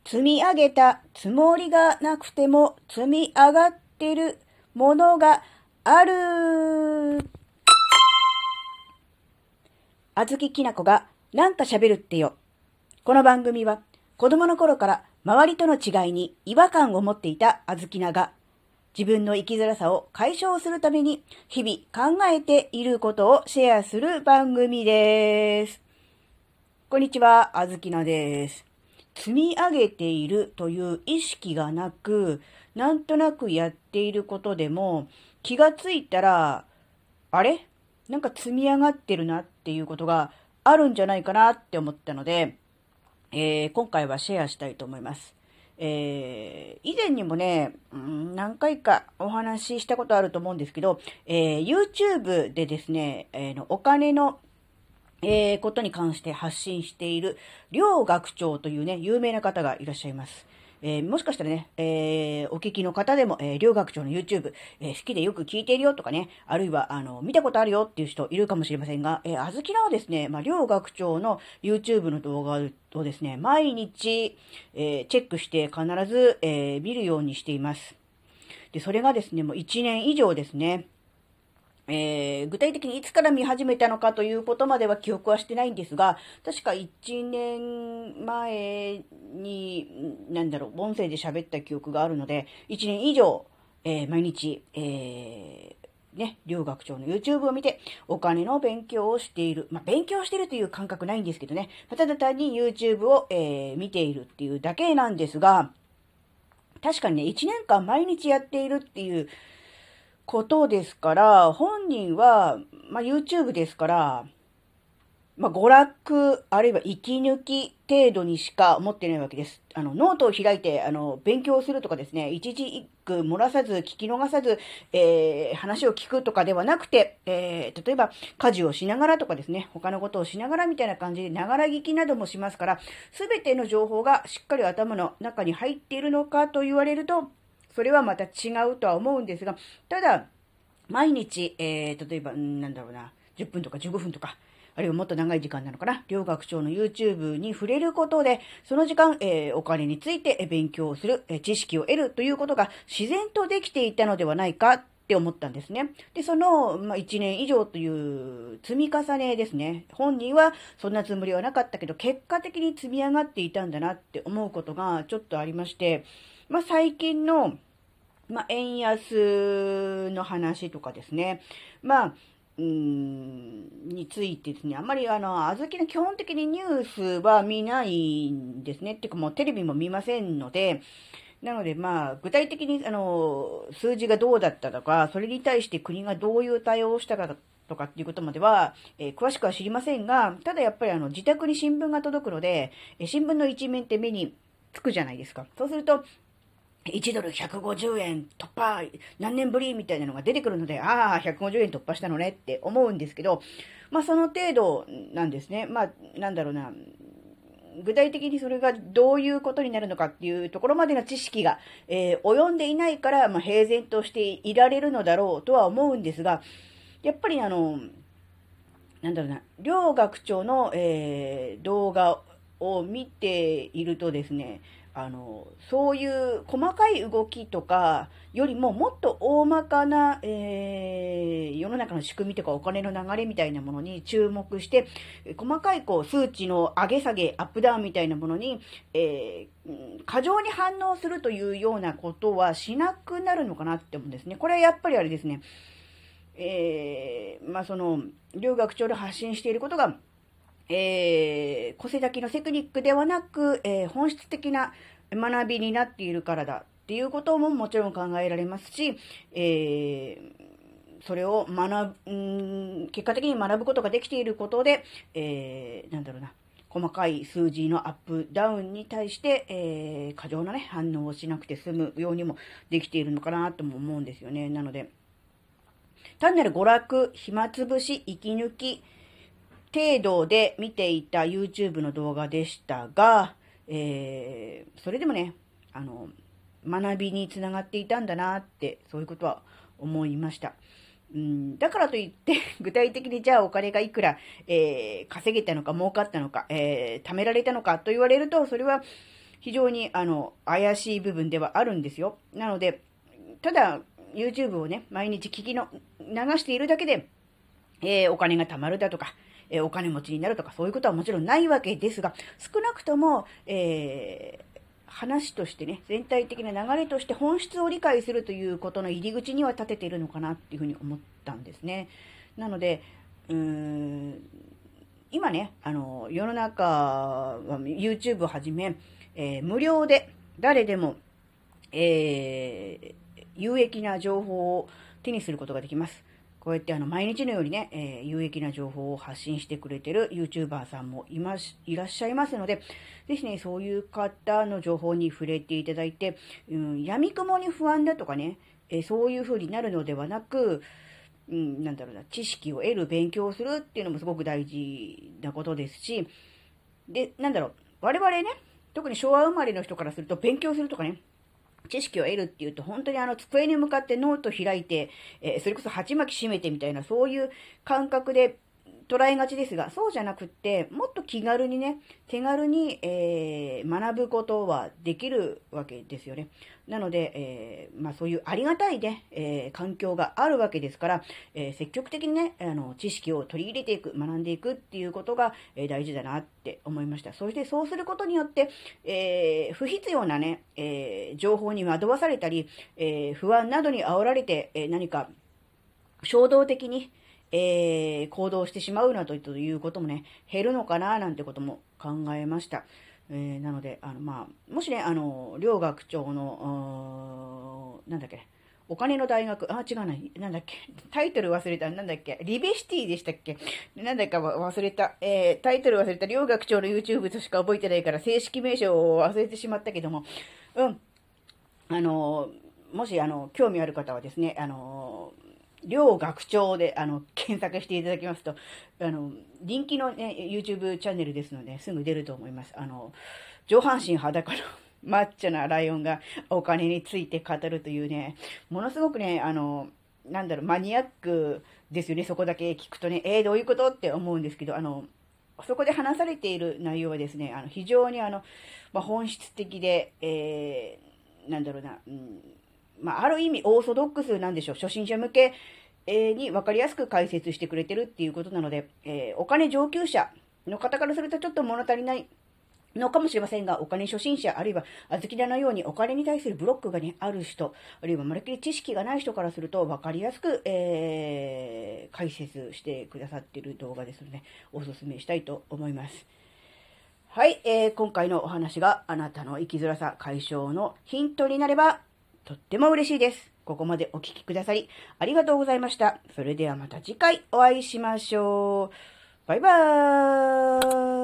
積み上げたつもりがなくても積み上がってるものがある。あずききなこがなんか喋るってよ。この番組は子供の頃から周りとの違いに違和感を持っていたあずきなが自分の生きづらさを解消するために日々考えていることをシェアする番組です。こんにちは、あずきなです。積み上げているという意識がなく、なんとなくやっていることでも気がついたら、あれなんか積み上がってるなっていうことがあるんじゃないかなって思ったので、今回はシェアしたいと思います。以前にもね、何回かお話ししたことあると思うんですけど、YouTube でですね、お金のことに関して発信している、両学長というね、有名な方がいらっしゃいます。もしかしたらね、お聞きの方でも、両学長の YouTube、好きでよく聞いているよとかね、あるいは、見たことあるよっていう人いるかもしれませんが、あずきらはですね、両学長の YouTube の動画をですね、毎日、チェックして必ず、見るようにしています。で、それがですね、もう1年以上ですね。具体的にいつから見始めたのかということまでは記憶はしてないんですが、確か1年前に、音声で喋った記憶があるので、1年以上、毎日、両学長の YouTube を見て、お金の勉強をしている。勉強しているという感覚ないんですけどね。ただ単に YouTube を、見ているっていうだけなんですが、確かにね、1年間毎日やっているっていう、ことですから、本人は、YouTube ですから、娯楽、あるいは息抜き程度にしか思ってないわけです。ノートを開いて、勉強するとかですね、一字一句漏らさず、聞き逃さず、話を聞くとかではなくて、例えば、家事をしながらとかですね、他のことをしながらみたいな感じで、ながら聞きなどもしますから、すべての情報がしっかり頭の中に入っているのかと言われると、それはまた違うとは思うんですが、ただ、毎日、例えば、10分とか15分とか、あるいはもっと長い時間なのかな、両学長の YouTube に触れることで、その時間、お金について勉強する、知識を得るということが自然とできていたのではないかって思ったんですね。で、その、1年以上という積み重ねですね。本人はそんなつもりはなかったけど、結果的に積み上がっていたんだなって思うことがちょっとありまして、最近の、円安の話とかですね。についてですね、あんまりあずきの基本的にニュースは見ないんですね。っていうかもうテレビも見ませんので、なので具体的に数字がどうだったとか、それに対して国がどういう対応をしたかとかっていうことまでは、詳しくは知りませんが、ただやっぱり自宅に新聞が届くので、新聞の一面って目につくじゃないですか。そうすると、1ドル150円突破、何年ぶりみたいなのが出てくるので、ああ、150円突破したのねって思うんですけど、その程度なんですね。具体的にそれがどういうことになるのかっていうところまでの知識が、及んでいないから、平然としていられるのだろうとは思うんですが、やっぱり両学長の、動画を見ているとですね、そういう細かい動きとかよりももっと大まかな、世の中の仕組みとかお金の流れみたいなものに注目して、細かい数値の上げ下げ、アップダウンみたいなものに、過剰に反応するというようなことはしなくなるのかなって思うんですね。これはやっぱりあれですね、両学長で発信していることが、個性的なテクニックではなく、本質的な学びになっているからだっていうことももちろん考えられますし、それを結果的に学ぶことができていることで、細かい数字のアップダウンに対して、過剰なね、反応をしなくて済むようにもできているのかなとも思うんですよね。なので、単なる娯楽、暇つぶし、息抜き、程度で見ていた YouTube の動画でしたが、それでもね、学びにつながっていたんだなって、そういうことは思いました。だからといって、具体的にじゃあお金がいくら、稼げたのか儲かったのか、貯められたのかと言われると、それは非常に怪しい部分ではあるんですよ。なので、ただ YouTube をね、毎日流しているだけで、お金が貯まるだとか、お金持ちになるとか、そういうことはもちろんないわけですが、少なくとも、話としてね、全体的な流れとして本質を理解するということの入り口には立てているのかなっていうふうに思ったんですね。なので、今ね、世の中は YouTube をはじめ、無料で誰でも、有益な情報を手にすることができます。こうやって毎日のようにね、有益な情報を発信してくれてる YouTuber さんもいらっしゃいますので、ぜひね、そういう方の情報に触れていただいて、闇雲に不安だとかね、そういう風になるのではなく、なんだろうな、知識を得る、勉強をするっていうのもすごく大事なことですし、で、なんだろう、我々ね、特に昭和生まれの人からすると勉強するとかね、知識を得るっていうと、本当に机に向かってノート開いて、それこそ鉢巻き締めてみたいな、そういう感覚で捉えがちですが、そうじゃなくって、もっと気軽にね、手軽に、学ぶことはできるわけですよね。なので、そういうありがたいね、環境があるわけですから、積極的にね、知識を取り入れていく、学んでいくっていうことが、大事だなって思いました。そしてそうすることによって、不必要なね、情報に惑わされたり、不安などに煽られて、何か衝動的に、行動してしまうなということもね、減るのかななんてことも考えました。なので、もしね、両学長の、なんだっけ、お金の大学、違うな、なんだっけ、タイトル忘れた、なんだっけ、リベシティでしたっけ、なんだか忘れた、タイトル忘れた、両学長の YouTube としか覚えてないから、正式名称を忘れてしまったけども、もし、興味ある方はですね、両学長で、検索していただきますと、人気のね、YouTube チャンネルですので、すぐ出ると思います。上半身裸のマッチョなライオンがお金について語るというね、ものすごくね、マニアックですよね、そこだけ聞くとね、どういうことって思うんですけど、そこで話されている内容はですね、非常に本質的で、ある意味オーソドックスなんでしょう。初心者向けに分かりやすく解説してくれてるっていうことなので、お金上級者の方からするとちょっと物足りないのかもしれませんが、お金初心者、あるいはあずきらのようにお金に対するブロックがね、ある人、あるいはまるっきり知識がない人からすると分かりやすく、解説してくださっている動画ですので、お勧めしたいと思います。はい、今回のお話があなたの生きづらさ解消のヒントになればとっても嬉しいです。ここまでお聞きくださりありがとうございました。それではまた次回お会いしましょう。バイバーイ。